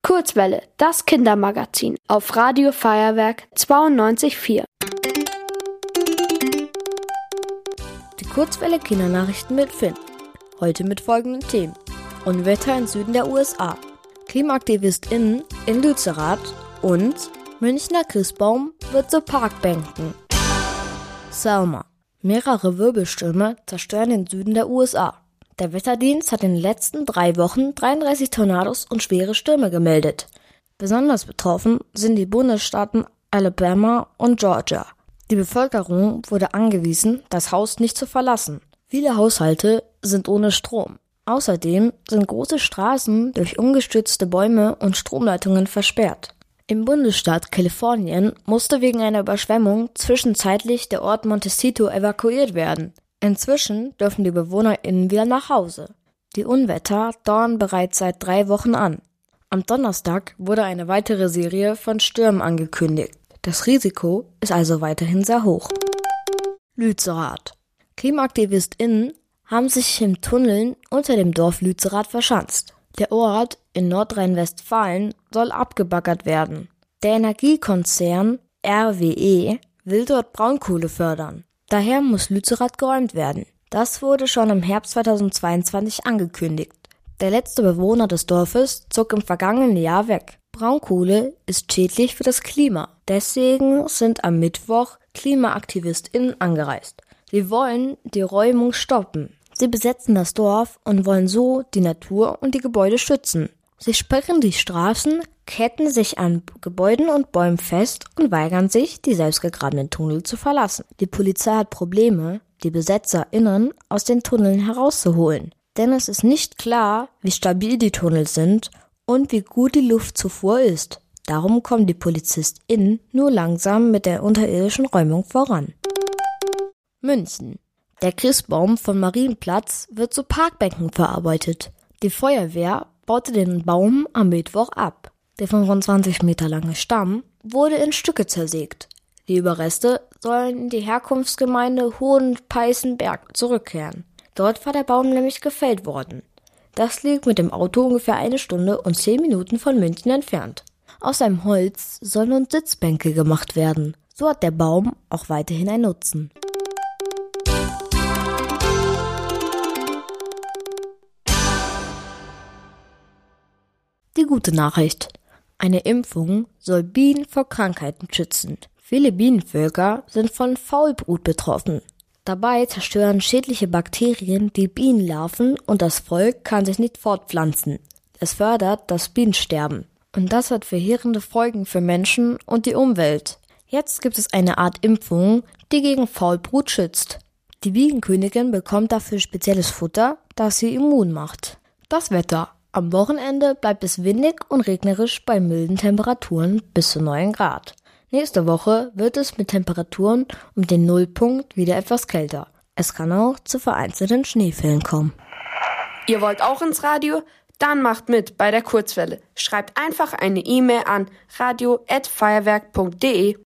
Kurzwelle, das Kindermagazin auf Radio Feuerwerk 92,4. Die Kurzwelle Kindernachrichten mit Finn. Heute mit folgenden Themen: Unwetter im Süden der USA, KlimaaktivistInnen in Lützerath und Münchner Christbaum wird zu Parkbänken. Selma. Mehrere Wirbelstürme zerstören den Süden der USA. Der Wetterdienst hat in den letzten 3 Wochen 33 Tornados und schwere Stürme gemeldet. Besonders betroffen sind die Bundesstaaten Alabama und Georgia. Die Bevölkerung wurde angewiesen, das Haus nicht zu verlassen. Viele Haushalte sind ohne Strom. Außerdem sind große Straßen durch umgestürzte Bäume und Stromleitungen versperrt. Im Bundesstaat Kalifornien musste wegen einer Überschwemmung zwischenzeitlich der Ort Montecito evakuiert werden. Inzwischen dürfen die BewohnerInnen wieder nach Hause. Die Unwetter dauern bereits seit 3 Wochen an. Am Donnerstag wurde eine weitere Serie von Stürmen angekündigt. Das Risiko ist also weiterhin sehr hoch. Lützerath. KlimaaktivistInnen haben sich im Tunneln unter dem Dorf Lützerath verschanzt. Der Ort in Nordrhein-Westfalen soll abgebaggert werden. Der Energiekonzern RWE will dort Braunkohle fördern. Daher muss Lützerath geräumt werden. Das wurde schon im Herbst 2022 angekündigt. Der letzte Bewohner des Dorfes zog im vergangenen Jahr weg. Braunkohle ist schädlich für das Klima. Deswegen sind am Mittwoch KlimaaktivistInnen angereist. Sie wollen die Räumung stoppen. Sie besetzen das Dorf und wollen so die Natur und die Gebäude schützen. Sie sperren die Straßen, ketten sich an Gebäuden und Bäumen fest und weigern sich, die selbstgegrabenen Tunnel zu verlassen. Die Polizei hat Probleme, die BesetzerInnen aus den Tunneln herauszuholen. Denn es ist nicht klar, wie stabil die Tunnel sind und wie gut die Luftzufuhr ist. Darum kommen die PolizistInnen nur langsam mit der unterirdischen Räumung voran. München. Der Christbaum vom Marienplatz wird zu Parkbänken verarbeitet. Die Feuerwehr baute den Baum am Mittwoch ab. Der 25 Meter lange Stamm wurde in Stücke zersägt. Die Überreste sollen in die Herkunftsgemeinde Hohenpeißenberg zurückkehren. Dort war der Baum nämlich gefällt worden. Das liegt mit dem Auto ungefähr 1 Stunde und 10 Minuten von München entfernt. Aus seinem Holz sollen nun Sitzbänke gemacht werden. So hat der Baum auch weiterhin einen Nutzen. Die gute Nachricht: Eine Impfung soll Bienen vor Krankheiten schützen. Viele Bienenvölker sind von Faulbrut betroffen. Dabei zerstören schädliche Bakterien die Bienenlarven und das Volk kann sich nicht fortpflanzen. Es fördert das Bienensterben. Und das hat verheerende Folgen für Menschen und die Umwelt. Jetzt gibt es eine Art Impfung, die gegen Faulbrut schützt. Die Bienenkönigin bekommt dafür spezielles Futter, das sie immun macht. Das Wetter. Am Wochenende bleibt es windig und regnerisch bei milden Temperaturen bis zu 9 Grad. Nächste Woche wird es mit Temperaturen um den Nullpunkt wieder etwas kälter. Es kann auch zu vereinzelten Schneefällen kommen. Ihr wollt auch ins Radio? Dann macht mit bei der Kurzwelle. Schreibt einfach eine E-Mail an radio@feuerwerk.de.